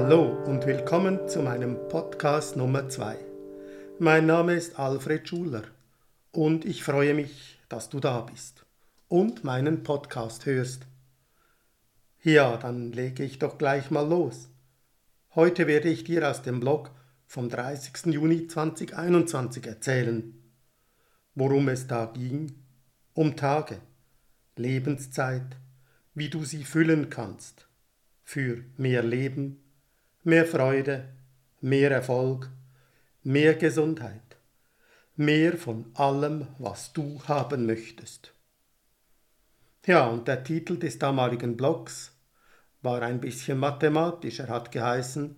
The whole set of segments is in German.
Hallo und willkommen zu meinem Podcast Nummer 2. Mein Name ist Alfred Schuler und ich freue mich, dass du da bist und meinen Podcast hörst. Ja, dann lege ich doch gleich mal los. Heute werde ich dir aus dem Blog vom 30. Juni 2021 erzählen. Worum es da ging? Um Tage, Lebenszeit, wie du sie füllen kannst. Für mehr Leben, mehr Freude, mehr Erfolg, mehr Gesundheit, mehr von allem, was du haben möchtest. Ja, und der Titel des damaligen Blogs war ein bisschen mathematisch. Er hat geheißen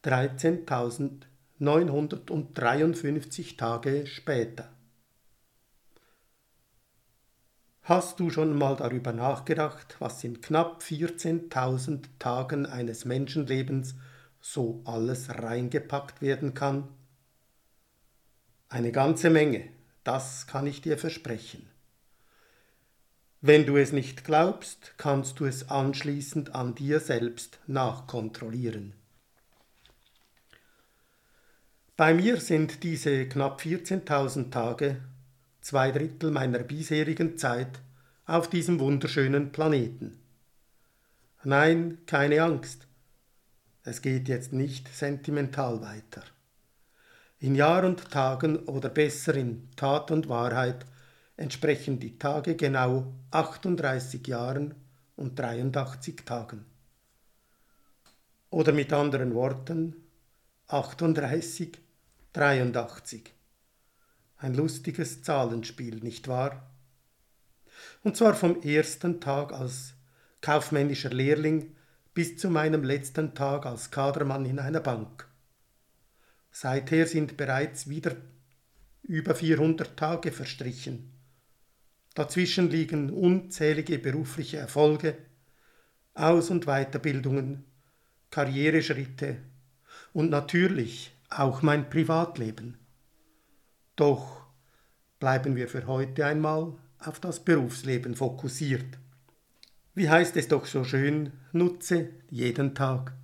13.953 Tage später. Hast du schon mal darüber nachgedacht, was in knapp 14.000 Tagen eines Menschenlebens so alles reingepackt werden kann? Eine ganze Menge, das kann ich dir versprechen. Wenn du es nicht glaubst, kannst du es anschließend an dir selbst nachkontrollieren. Bei mir sind diese knapp 14.000 Tage 2/3 meiner bisherigen Zeit auf diesem wunderschönen Planeten. Nein, keine Angst. Es geht jetzt nicht sentimental weiter. In Jahr und Tagen oder besser in Tat und Wahrheit entsprechen die Tage genau 38 Jahren und 83 Tagen. Oder mit anderen Worten 38, 83. Ein lustiges Zahlenspiel, nicht wahr? Und zwar vom ersten Tag als kaufmännischer Lehrling bis zu meinem letzten Tag als Kadermann in einer Bank. Seither sind bereits wieder über 400 Tage verstrichen. Dazwischen liegen unzählige berufliche Erfolge, Aus- und Weiterbildungen, Karriereschritte und natürlich auch mein Privatleben. Doch bleiben wir für heute einmal auf das Berufsleben fokussiert. Wie heißt es doch so schön, nutze jeden Tag.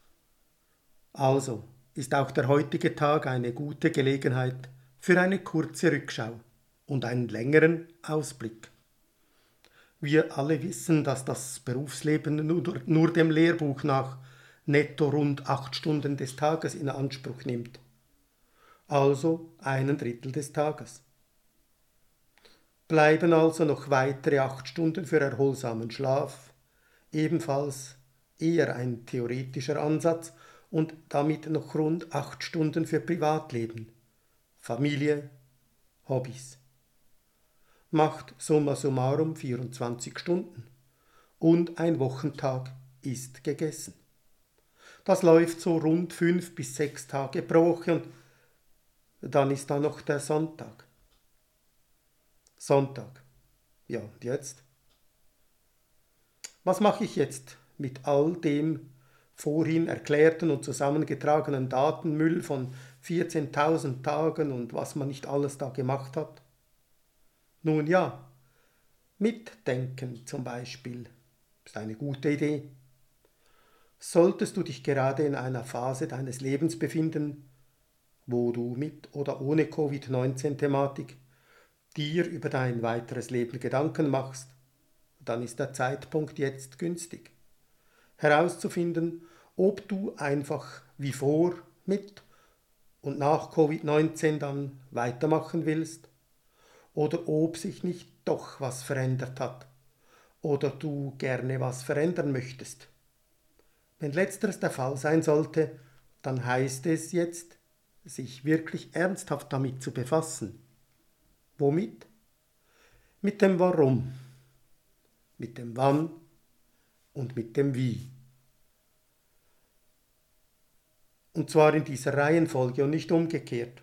Also ist auch der heutige Tag eine gute Gelegenheit für eine kurze Rückschau und einen längeren Ausblick. Wir alle wissen, dass das Berufsleben nur dem Lehrbuch nach netto rund 8 Stunden des Tages in Anspruch nimmt. Also 1/3 des Tages. Bleiben also noch weitere 8 Stunden für erholsamen Schlaf, ebenfalls eher ein theoretischer Ansatz und damit noch rund 8 Stunden für Privatleben, Familie, Hobbys. Macht summa summarum 24 Stunden und ein Wochentag ist gegessen. Das läuft so rund 5 bis 6 Tage pro Woche und dann ist da noch der Sonntag. Sonntag. Ja, und jetzt? Was mache ich jetzt mit all dem vorhin erklärten und zusammengetragenen Datenmüll von 14.000 Tagen und was man nicht alles da gemacht hat? Nun ja, mitdenken zum Beispiel ist eine gute Idee. Solltest du dich gerade in einer Phase deines Lebens befinden, wo du mit oder ohne Covid-19-Thematik dir über dein weiteres Leben Gedanken machst, dann ist der Zeitpunkt jetzt günstig. Herauszufinden, ob du einfach wie vor, mit und nach Covid-19 dann weitermachen willst oder ob sich nicht doch was verändert hat oder du gerne was verändern möchtest. Wenn letzteres der Fall sein sollte, dann heißt es jetzt, sich wirklich ernsthaft damit zu befassen. Womit? Mit dem Warum, mit dem Wann und mit dem Wie. Und zwar in dieser Reihenfolge und nicht umgekehrt.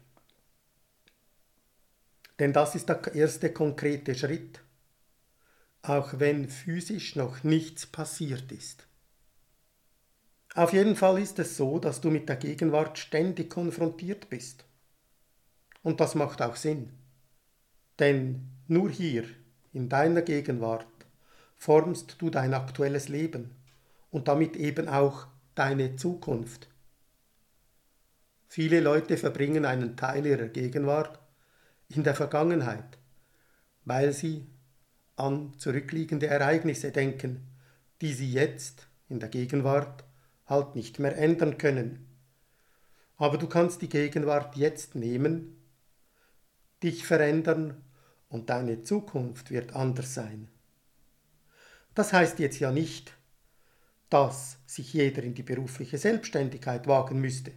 Denn das ist der erste konkrete Schritt, auch wenn physisch noch nichts passiert ist. Auf jeden Fall ist es so, dass du mit der Gegenwart ständig konfrontiert bist. Und das macht auch Sinn. Denn nur hier, in deiner Gegenwart, formst du dein aktuelles Leben und damit eben auch deine Zukunft. Viele Leute verbringen einen Teil ihrer Gegenwart in der Vergangenheit, weil sie an zurückliegende Ereignisse denken, die sie jetzt in der Gegenwart halt nicht mehr ändern können. Aber du kannst die Gegenwart jetzt nehmen, dich verändern und deine Zukunft wird anders sein. Das heißt jetzt ja nicht, dass sich jeder in die berufliche Selbstständigkeit wagen müsste.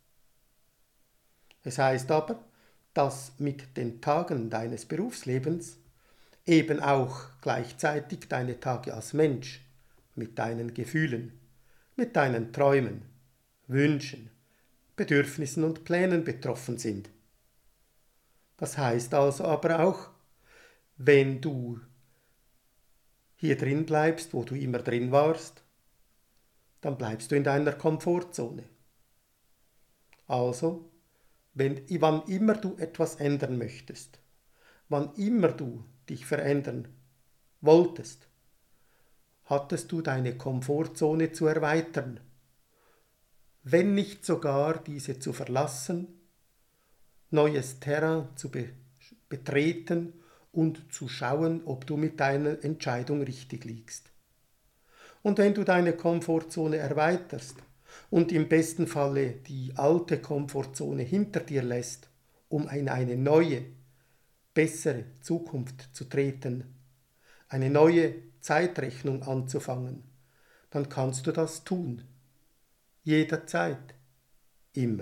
Es heißt aber, dass mit den Tagen deines Berufslebens eben auch gleichzeitig deine Tage als Mensch mit deinen Gefühlen, mit deinen Träumen, Wünschen, Bedürfnissen und Plänen betroffen sind. Das heißt also aber auch, wenn du hier drin bleibst, wo du immer drin warst, dann bleibst du in deiner Komfortzone. Also, wann immer du etwas ändern möchtest, wann immer du dich verändern wolltest, hattest du deine Komfortzone zu erweitern, wenn nicht sogar diese zu verlassen, neues Terrain zu betreten und zu schauen, ob du mit deiner Entscheidung richtig liegst. Und wenn du deine Komfortzone erweiterst und im besten Falle die alte Komfortzone hinter dir lässt, um in eine neue, bessere Zukunft zu treten, eine neue Zeitrechnung anzufangen, dann kannst du das tun. Jederzeit. Immer.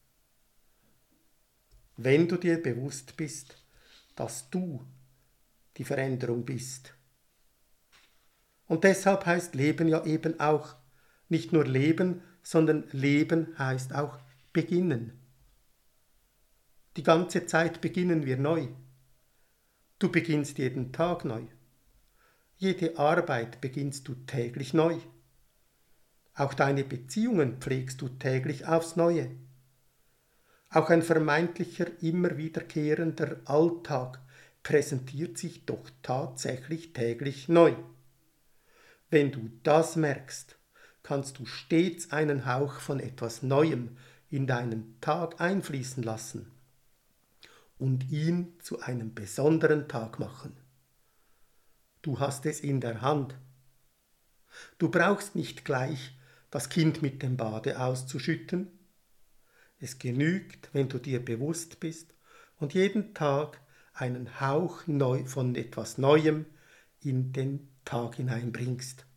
Wenn du dir bewusst bist, dass du die Veränderung bist. Und deshalb heißt Leben ja eben auch nicht nur Leben, sondern Leben heißt auch beginnen. Die ganze Zeit beginnen wir neu. Du beginnst jeden Tag neu. Jede Arbeit beginnst du täglich neu. Auch deine Beziehungen pflegst du täglich aufs Neue. Auch ein vermeintlicher, immer wiederkehrender Alltag präsentiert sich doch tatsächlich täglich neu. Wenn du das merkst, kannst du stets einen Hauch von etwas Neuem in deinen Tag einfließen lassen und ihn zu einem besonderen Tag machen. Du hast es in der Hand. Du brauchst nicht gleich das Kind mit dem Bade auszuschütten. Es genügt, wenn du dir bewusst bist und jeden Tag einen Hauch von etwas Neuem in den Tag hineinbringst.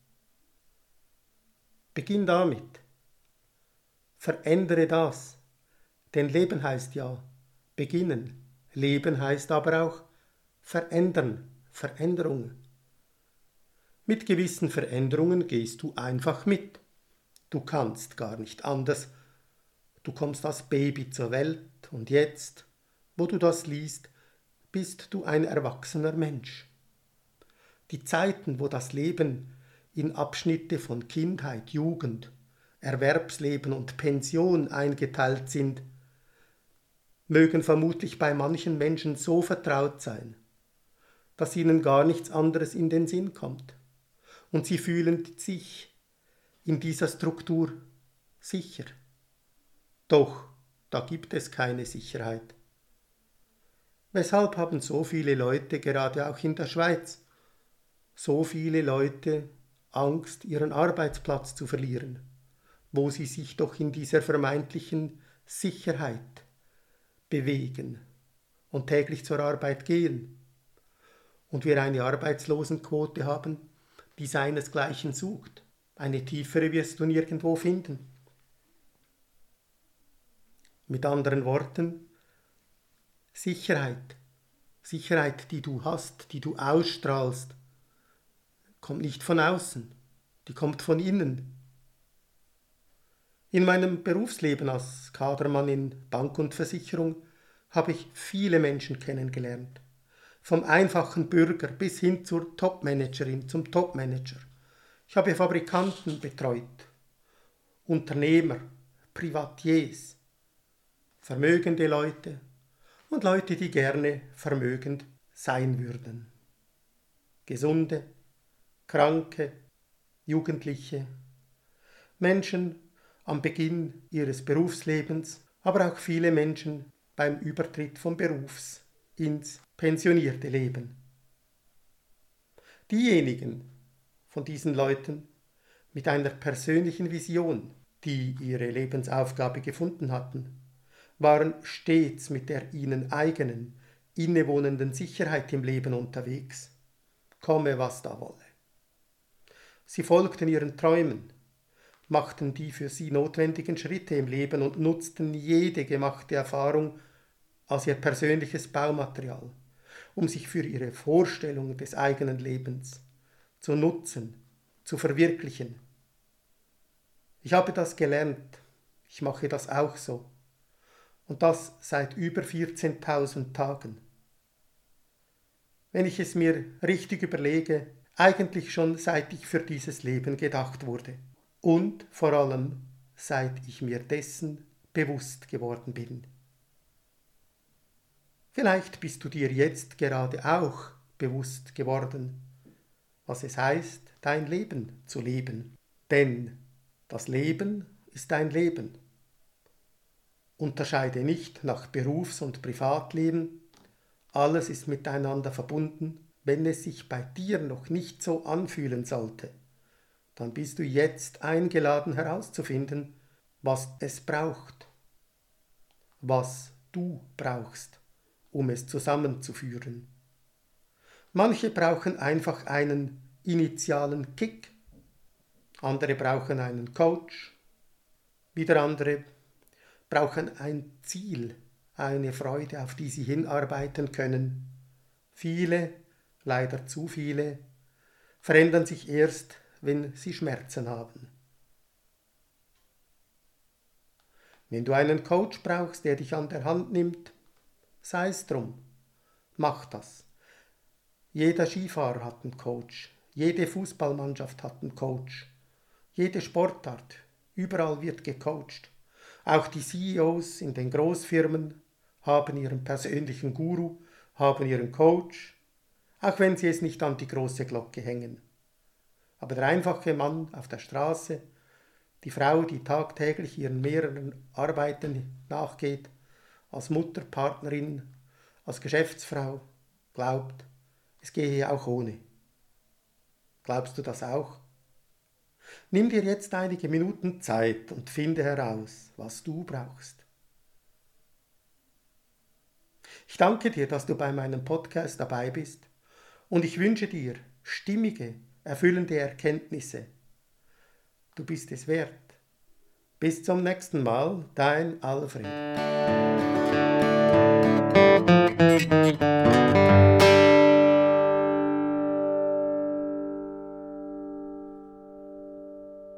Beginn damit. Verändere das. Denn Leben heißt ja beginnen. Leben heißt aber auch verändern, Veränderung. Mit gewissen Veränderungen gehst du einfach mit. Du kannst gar nicht anders. Du kommst als Baby zur Welt und jetzt, wo du das liest, bist du ein erwachsener Mensch. Die Zeiten, wo das Leben in Abschnitte von Kindheit, Jugend, Erwerbsleben und Pension eingeteilt sind, mögen vermutlich bei manchen Menschen so vertraut sein, dass ihnen gar nichts anderes in den Sinn kommt. Und sie fühlen sich in dieser Struktur sicher. Doch da gibt es keine Sicherheit. Weshalb haben so viele Leute, gerade auch in der Schweiz, so viele Leute Angst, ihren Arbeitsplatz zu verlieren, wo sie sich doch in dieser vermeintlichen Sicherheit bewegen und täglich zur Arbeit gehen und wir eine Arbeitslosenquote haben, die seinesgleichen sucht. Eine tiefere wirst du nirgendwo finden. Mit anderen Worten, Sicherheit, die du hast, die du ausstrahlst, kommt nicht von außen, die kommt von innen. In meinem Berufsleben als Kadermann in Bank und Versicherung habe ich viele Menschen kennengelernt. Vom einfachen Bürger bis hin zur Topmanagerin, zum Topmanager. Ich habe Fabrikanten betreut, Unternehmer, Privatiers, vermögende Leute und Leute, die gerne vermögend sein würden. Gesunde, Kranke, Jugendliche, Menschen am Beginn ihres Berufslebens, aber auch viele Menschen beim Übertritt vom Berufs ins pensionierte Leben. Diejenigen von diesen Leuten mit einer persönlichen Vision, die ihre Lebensaufgabe gefunden hatten, waren stets mit der ihnen eigenen, innewohnenden Sicherheit im Leben unterwegs, komme was da wolle. Sie folgten ihren Träumen, machten die für sie notwendigen Schritte im Leben und nutzten jede gemachte Erfahrung als ihr persönliches Baumaterial, um sich für ihre Vorstellung des eigenen Lebens zu nutzen, zu verwirklichen. Ich habe das gelernt, ich mache das auch so. Und das seit über 14.000 Tagen. Wenn ich es mir richtig überlege, eigentlich schon seit ich für dieses Leben gedacht wurde. Und vor allem seit ich mir dessen bewusst geworden bin. Vielleicht bist du dir jetzt gerade auch bewusst geworden, was es heißt, dein Leben zu leben. Denn das Leben ist dein Leben. Unterscheide nicht nach Berufs- und Privatleben. Alles ist miteinander verbunden. Wenn es sich bei dir noch nicht so anfühlen sollte, dann bist du jetzt eingeladen herauszufinden, was es braucht, was du brauchst, um es zusammenzuführen. Manche brauchen einfach einen initialen Kick, andere brauchen einen Coach, wieder andere brauchen ein Ziel, eine Freude, auf die sie hinarbeiten können. Viele, leider zu viele, verändern sich erst, wenn sie Schmerzen haben. Wenn du einen Coach brauchst, der dich an der Hand nimmt, sei es drum, mach das. Jeder Skifahrer hat einen Coach, jede Fußballmannschaft hat einen Coach, jede Sportart, überall wird gecoacht. Auch die CEOs in den Großfirmen haben ihren persönlichen Guru, haben ihren Coach, auch wenn sie es nicht an die große Glocke hängen. Aber der einfache Mann auf der Straße, die Frau, die tagtäglich ihren mehreren Arbeiten nachgeht, als Mutter, Partnerin, als Geschäftsfrau, glaubt, es gehe auch ohne. Glaubst du das auch? Nimm dir jetzt einige Minuten Zeit und finde heraus, was du brauchst. Ich danke dir, dass du bei meinem Podcast dabei bist und ich wünsche dir stimmige, erfüllende Erkenntnisse. Du bist es wert. Bis zum nächsten Mal, dein Alfred.